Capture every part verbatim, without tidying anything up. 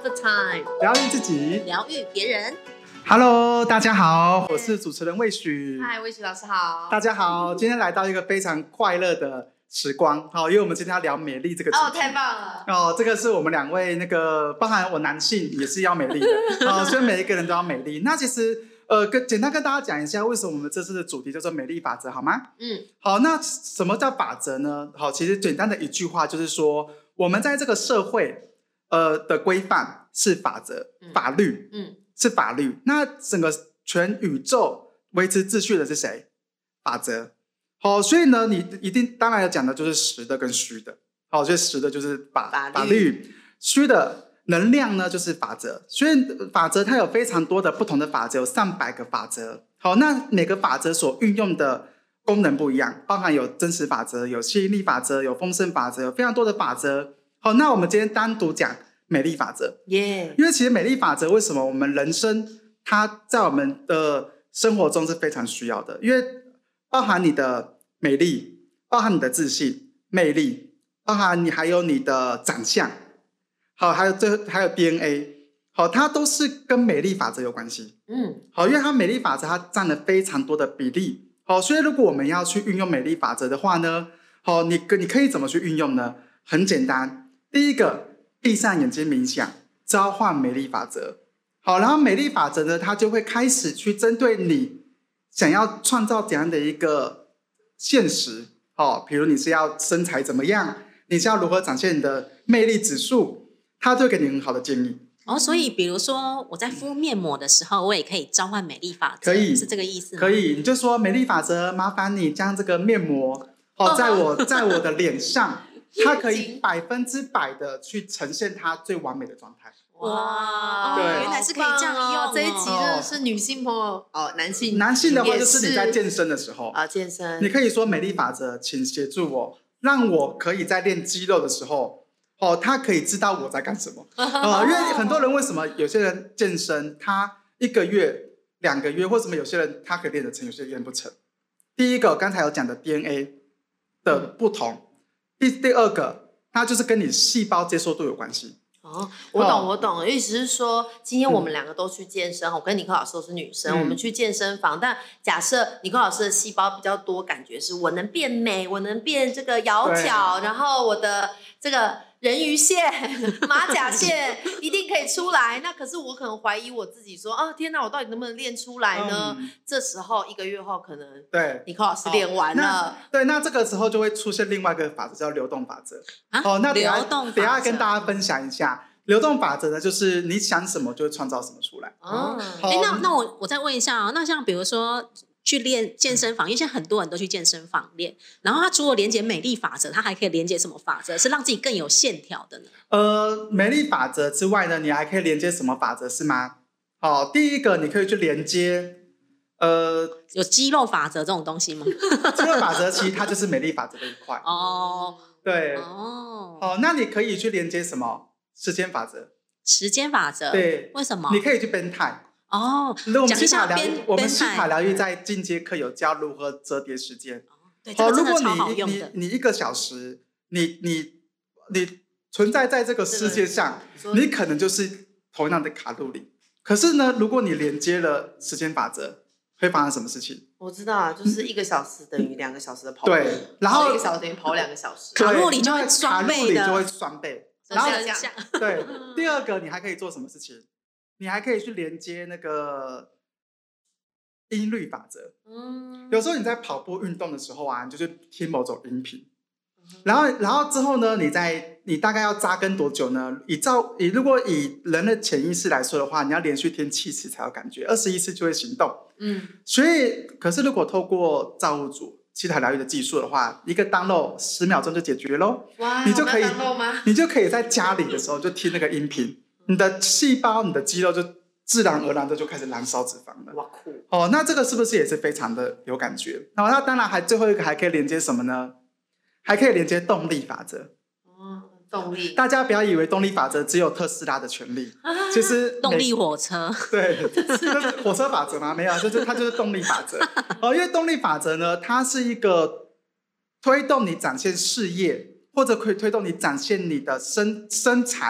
the time， 疗愈自己， 疗愈别人。 Hello， 大家好，我是主持人魏许。 嗨，魏许老师好。 大家好，今天来到一个非常快乐的时光，好，因为我们今天要聊美丽这个主题。 哦，太棒了。 哦，这个是我们两位那个，包含我男性也是要美丽的，哦，所以每一个人都要美丽。那其实。呃，跟简单跟大家讲一下，为什么我们这次的主题叫做美丽法则，好吗？嗯，好，那什么叫法则呢？好，其实简单的一句话就是说，我们在这个社会，呃的规范是法则，嗯、法律，嗯，是法律。那整个全宇宙维持秩序的是谁？法则。好，所以呢，你一定当然要讲的就是实的跟虚的。好，所以实的就是法法律，法律虚的。能量呢就是法则，所以法则它有非常多的不同的法则，有上百个法则。好，那每个法则所运用的功能不一样，包含有真实法则、有吸引力法则、有丰盛法则，有非常多的法则。好，那我们今天单独讲美丽法则。耶、yeah. 因为其实美丽法则为什么我们人生它在我们的生活中是非常需要的，因为包含你的美丽，包含你的自信、魅力，包含你还有你的长相。好，还有这还有 D N A， 好，它都是跟美丽法则有关系。嗯，好，因为它美丽法则它占了非常多的比例。好，所以如果我们要去运用美丽法则的话呢，好，你你可以怎么去运用呢？很简单，第一个，闭上眼睛冥想，召唤美丽法则。好，然后美丽法则呢，它就会开始去针对你想要创造怎样的一个现实。好，比如你是要身材怎么样，你是要如何展现你的魅力指数。他就会给你很好的建议哦，所以比如说我在敷面膜的时候，我也可以召唤美丽法则， 可以是这个意思吗？ 可以，你就说美丽法则，麻烦你将这个面膜哦，在我在我的脸上，它可以百分之百的去呈现它最完美的状态。 哇， 对， 原来是可以这样用、哦。 这一集真的是女性朋友哦，男性男性的话就是你在健身的时候啊，健身， 你可以说美丽法则，请协助我，让我可以在练肌肉的时候。哦，他可以知道我在干什么、呃、因为很多人为什么有些人健身他一个月两个月，或什么有些人他可以练得成，有些人练不成。第一个刚才有讲的 D N A 的不同、嗯、第, 第二个它就是跟你细胞接受度有关系。 哦，我懂我懂，意思是说今天我们两个都去健身、嗯、我跟尼克老师都是女生、嗯、我们去健身房，但假设尼克老师的细胞比较多，感觉是我能变美，我能变这个窈窕，然后我的这个人鱼线、马甲线一定可以出来。那可是我可能怀疑我自己说，啊，天哪，我到底能不能练出来呢？嗯、这时候一个月后可能对尼克老师练完了， 对，那这个时候就会出现另外一个法则，叫流动法则。 啊、 哦，那等一下流动法则等一下跟大家分享一下。流动法则呢，就是你想什么就会创造什么出来。 哦，哎，那那我我再问一下啊、哦，那像比如说去练健身房，因为现在很多人都去健身房练，然后他除了连接美丽法则，他还可以连接什么法则，是让自己更有线条的呢？ 呃，美丽法则之外呢，你还可以连接什么法则是吗？好、哦，第一个你可以去连接，呃， 有肌肉法则这种东西吗？ 肌肉法则其实它就是美丽法则的一块。 哦， 对，哦，好，那你可以去连接什么？时间法则， 时间法则， 对， 为什么？ 你可以去边态哦。 我们西塔疗愈，我们西塔疗愈在进阶课有教如何折叠时间。 哦、对，这个真的超好用的。 如果你你你一个小时，你你你存在在这个世界上，你可能就是同样的卡路里。可是呢，如果你连接了时间法则，会发生什么事情？ 我知道啊，就是一个小时等于两个小时的跑步， 对，然后一个小时等于跑两个小时， 卡路里就会双倍的， 卡路里就会双倍。然后对，第二个你还可以做什么事情？你还可以去连接那个音律法则。嗯，有时候你在跑步运动的时候啊，你就去听某种音频，嗯、然后然后之后呢，你在你大概要扎根多久呢？以照以如果以人的潜意识来说的话，你要连续听七次才有感觉，二十一次就会行动。嗯，所以可是如果透过造物主。西塔疗愈的技术的话，一个 download 十秒钟就解决咯。 哇， 你就可以，你就可以在家里的时候就听那个音频，你的细胞、你的肌肉就自然而然的就开始燃烧脂肪了。 哇酷！ 哦，那这个是不是也是非常的有感觉？然后那当然还最后一个还可以连接什么呢？还可以连接动力法则。 哦，动力。大家不要以为动力法则只有特斯拉的权利，啊、其实动力火车。 对，就是火车法则吗？没有，就是它就是动力法则。哦，因为动力法则呢，它是一个推动你展现事业，或者可以推动你展现你的身身材，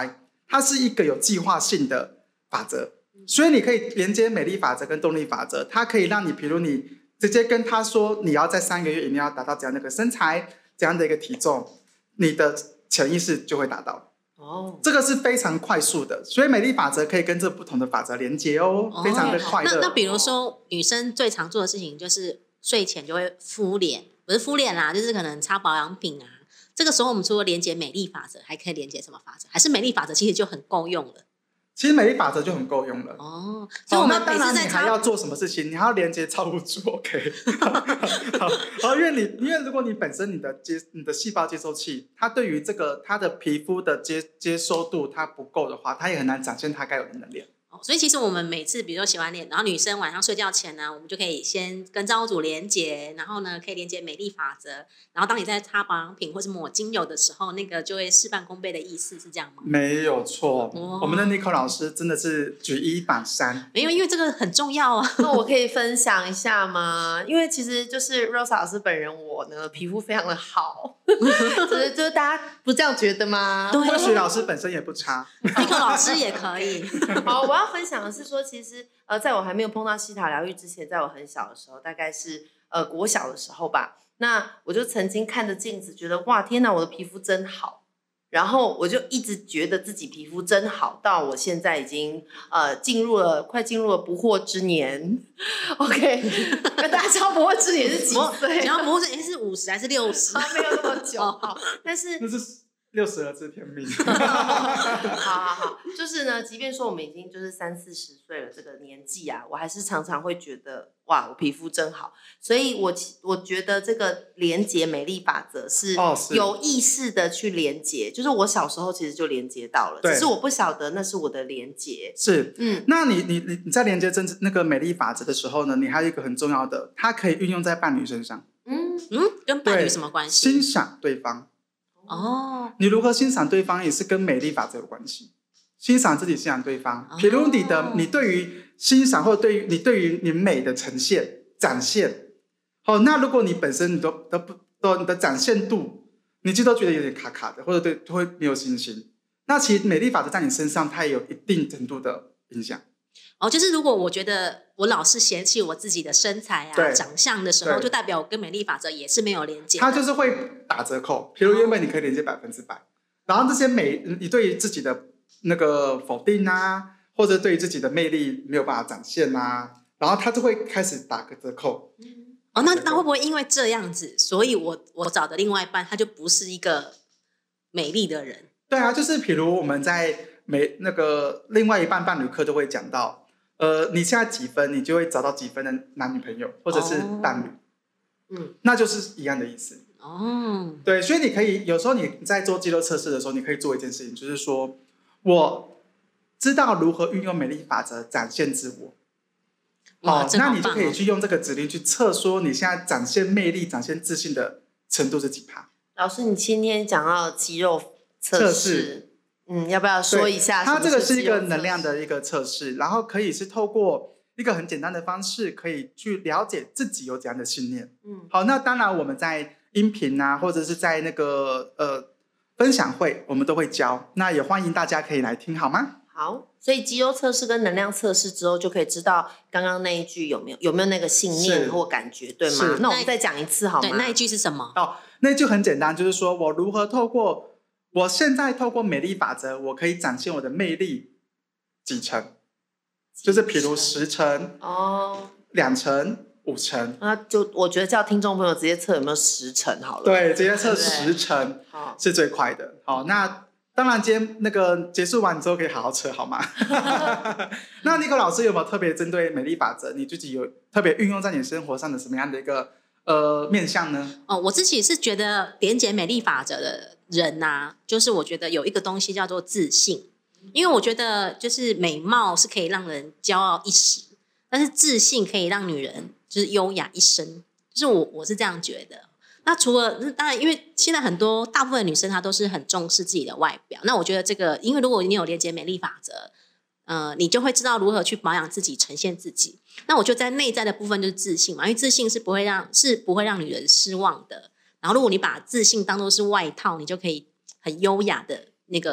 它是一个有计划性的法则，所以你可以连接美丽法则跟动力法则，它可以让你，比如你直接跟他说你要在三个月以内要达到怎样的一个身材，怎样的一个体重，你的潜意识就会达到。哦，这个是非常快速的，所以美丽法则可以跟这不同的法则连接哦，哦非常的快乐。 那那比如说女生最常做的事情就是睡前就会敷脸，不是敷脸啦，就是可能擦保养品啊。这个时候我们除了连接美丽法则，还可以连接什么法则？还是美丽法则其实就很够用了？ 其实美丽法则就很够用了哦， 所以我们每次在你还要做什么事情，你还要连接造物主 ，OK？ 好，好，因为你因为如果你本身你的接你的细胞接收器，它对于这个它的皮肤的接接收度它不够的话，它也很难展现它该有的能量。 所以其实我们每次比如说洗完脸，然后女生晚上睡觉前呢，我们就可以先跟造物主连结，然后呢可以连接美丽法则，然后当你在擦保养品或是抹精油的时候，那个就会事半功倍的意思，是这样吗？ 没有错、哦、我们的 Nico 老师真的是举一反三。 没有，因为这个很重要啊。 那我可以分享一下吗？因为其实就是 Rosa 老师本人我呢皮肤非常的好，就是就是大家不这样觉得吗？ 对， 或许老师本身也不差 ，Nico 老师也可以。 好，我要分享的是说，其实呃，在我还没有碰到西塔疗愈之前，在我很小的时候，大概是呃国小的时候吧，那我就曾经看着镜子，觉得哇，天哪，我的皮肤真好。然后我就一直觉得自己皮肤真好，到我现在已经呃进入了快进入了不惑之年。OK， 那大家知道不惑之年是几岁？ 只要不惑之年是五十还是六十？ 没有那么久。好，但是那是六十而知天命。 好好好，就是呢，即便说我们已经就是三四十岁了这个年纪啊，我还是常常会觉得哇，我皮肤真好。所以我我觉得这个连结美丽法则是有意识的去连结、哦、是就是我小时候其实就连结到了，只是我不晓得那是我的连结。 是，嗯，那你你你你在连接真那个美丽法则的时候呢，你还有一个很重要的，它可以运用在伴侣身上。 嗯嗯，跟伴侣什么关系？ 欣赏对方。 哦， 你如何欣赏对方也是跟美丽法则有关系。欣赏自己，欣赏对方。比如你的、哦、你对于欣赏或对于你对于你美的呈现展现。好，那如果你本身你都都不都你的展现度，你其实都觉得有点卡卡的，或者对会没有信心，那其实美丽法则在你身上，它也有一定程度的影响。 哦，就是如果我觉得我老是嫌弃我自己的身材啊、长相的时候，就代表我跟美丽法则也是没有连接。 它就是会打折扣。比如原本你可以连接百分之百，然后这些美，你对于自己的那个否定啊，或者对于自己的魅力没有办法展现啊，然后它就会开始打个折扣。嗯哦，那那会不会因为这样子，所以我我找的另外一半他就不是一个美丽的人？ 对啊，就是比如我们在美那个另外一半伴侣课都会讲到，呃，你现在几分，你就会找到几分的男女朋友或者是伴侣，哦、嗯，那就是一样的意思。哦，对，所以你可以有时候你在做肌肉测试的时候，你可以做一件事情，就是说我知道如何运用美丽法则展现自我。哦，那你就可以去用这个指令去测说你现在展现魅力、展现自信的程度是几趴。 老师，你今天讲到肌肉测试，嗯，要不要说一下？ 它这个是一个能量的一个测试，然后可以是透过一个很简单的方式，可以去了解自己有怎样的信念。嗯，好，那当然我们在音频啊，或者是在那个呃分享会，我们都会教，那也欢迎大家可以来听，好吗？ 好，所以肌肉测试跟能量测试之后，就可以知道刚刚那一句有没有有没有那个信念或感觉，对吗？那我们再讲一次好吗？ 对，那一句是什么？ 哦，那一句很简单，就是说我如何透过我现在透过美丽法则，我可以展现我的魅力几成，就是比如十成哦，两成、五成。 那就我觉得叫听众朋友直接测有没有十成好了。 对，直接测十成是最快的。好，那。当然今天那个结束完之后可以好好测好吗？那Nico老师有没有特别针对美丽法则你自己有特别运用在你生活上的什么样的一个呃面向呢？ 哦，我自己是觉得连结美丽法则的人啊，就是我觉得有一个东西叫做自信，因为我觉得就是美貌是可以让人骄傲一时，但是自信可以让女人就是优雅一生，就是我我是这样觉得。那除了当然因为现在很多大部分的女生她都是很重视自己的外表，那我觉得这个因为如果你有连结美丽法则呃，你就会知道如何去保养自己呈现自己，那我觉得在内在的部分就是自信嘛，因为自信是不会让是不会让女人失望的，然后如果你把自信当作是外套，你就可以很优雅的那个感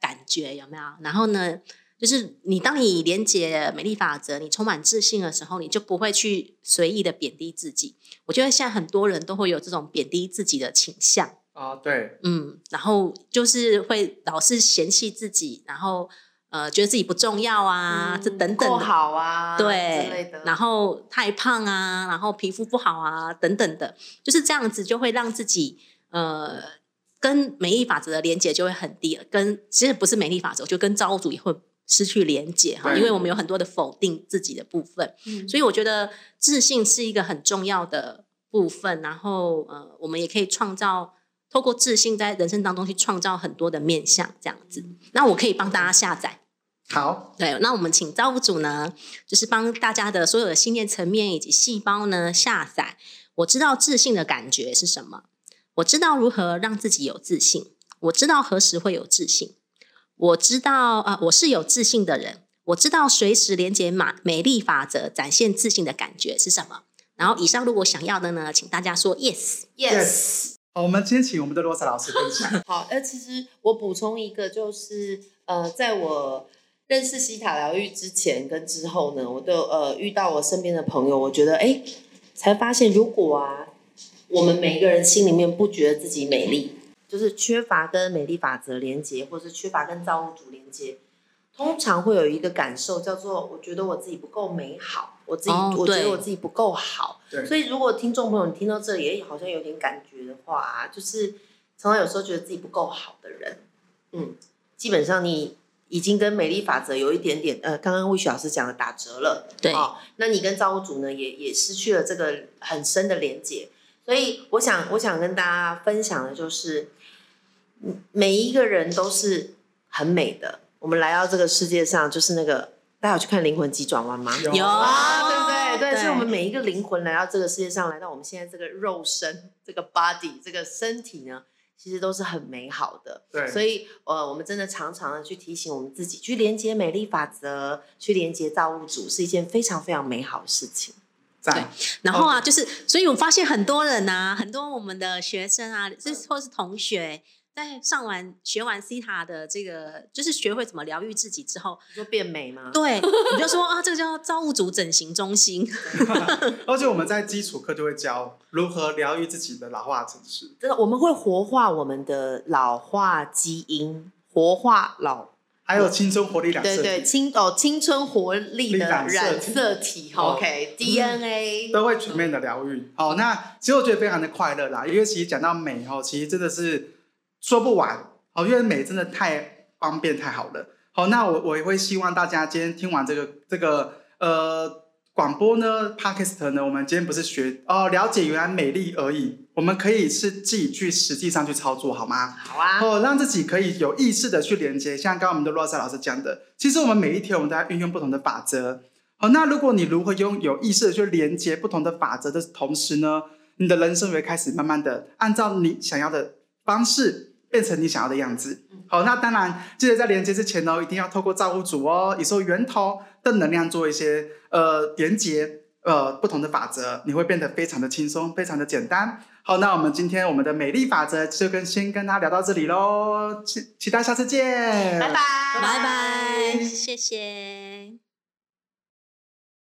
感觉，有没有？然后呢，就是你当你连接美丽法则，你充满自信的时候，你就不会去随意的贬低自己。我觉得现在很多人都会有这种贬低自己的倾向啊、哦，对， 嗯，然后就是会老是嫌弃自己，然后呃觉得自己不重要啊，嗯、这等等的， 不好啊， 对之类的， 然后太胖啊，然后皮肤不好啊，等等的，就是这样子就会让自己呃。跟美丽法则的连结就会很低，跟其实不是美丽法则，就跟造物主也会失去连结哈，因为我们有很多的否定自己的部分，嗯、所以我觉得自信是一个很重要的部分。然后呃，我们也可以创造，透过自信在人生当中去创造很多的面向，这样子。那我可以帮大家下载。 好， 对，那我们请造物主呢，就是帮大家的所有的信念层面以及细胞呢下载。我知道自信的感觉是什么。我知道如何让自己有自信，我知道何时会有自信，我知道呃，我是有自信的人，我知道随时连接美丽法则展现自信的感觉是什么。然后以上如果想要的呢，请大家说 yes yes。 好，我们今天请我们的罗莎老师分享。 好，呃，其实我补充一个，就是呃，在我认识西塔疗愈之前跟之后呢，我都呃遇到我身边的朋友，我觉得哎，才发现如果啊。我们每一个人心里面不觉得自己美丽，就是缺乏跟美丽法则连接，或是缺乏跟造物主连接，通常会有一个感受叫做我觉得我自己不够美好，我自己、哦、我觉得我自己不够好。所以如果听众朋友你听到这里也好像有点感觉的话、啊、就是常常有时候觉得自己不够好的人，嗯，基本上你已经跟美丽法则有一点点呃，刚刚魏雪老师讲的打折了， 对、 哦、那你跟造物主呢也也失去了这个很深的连接。所以我想我想跟大家分享的就是每一个人都是很美的，我们来到这个世界上就是那个大家有去看灵魂急转弯吗？ 有啊，对不对？对，所以我们每一个灵魂来到这个世界上，来到我们现在这个肉身这个 body 这个身体呢，其实都是很美好的。 对， 所以呃，我们真的常常的去提醒我们自己，去连接美丽法则，去连接造物主，是一件非常非常美好的事情。 对，然后啊，就是，所以我发现很多人啊，很多我们的学生啊，或是同学，在上完学完西塔的这个，就是学会怎么疗愈自己之后， 你说变美吗？ 对，你就说啊，这个叫造物主整形中心。 而且我们在基础课就会教如何疗愈自己的老化程式。 真的，我们会活化我们的老化基因，活化老。 还有青春活力染色体， 对对，青哦青春活力的染色体 ，OK，D N A、 嗯、都会全面的疗愈。好、哦，那其实我觉得非常的快乐啦，因为其实讲到美哦，其实真的是说不完。好、哦，因为美真的太方便太好了。好、哦，那我我也会希望大家今天听完这个这个呃广播呢 ，Podcast 呢，我们今天不是学哦了解原来美丽而已，我们可以是自己去实际上去操作，好吗？ 好啊。 哦，让自己可以有意识的去连接，像刚刚我们的 Rosa 老师讲的，其实我们每一天我们都在运用不同的法则。好，那如果你如何用有意识的去连接不同的法则的同时呢，你的人生会开始慢慢的按照你想要的方式变成你想要的样子。好，那当然记得在连接之前呢，一定要透过造物主哦，以说源头的能量做一些呃连接呃不同的法则，你会变得非常的轻松，非常的简单。好，那我们今天我们的美丽法则就跟先跟大家聊到这里咯，期期待下次见， 拜拜拜拜，谢谢。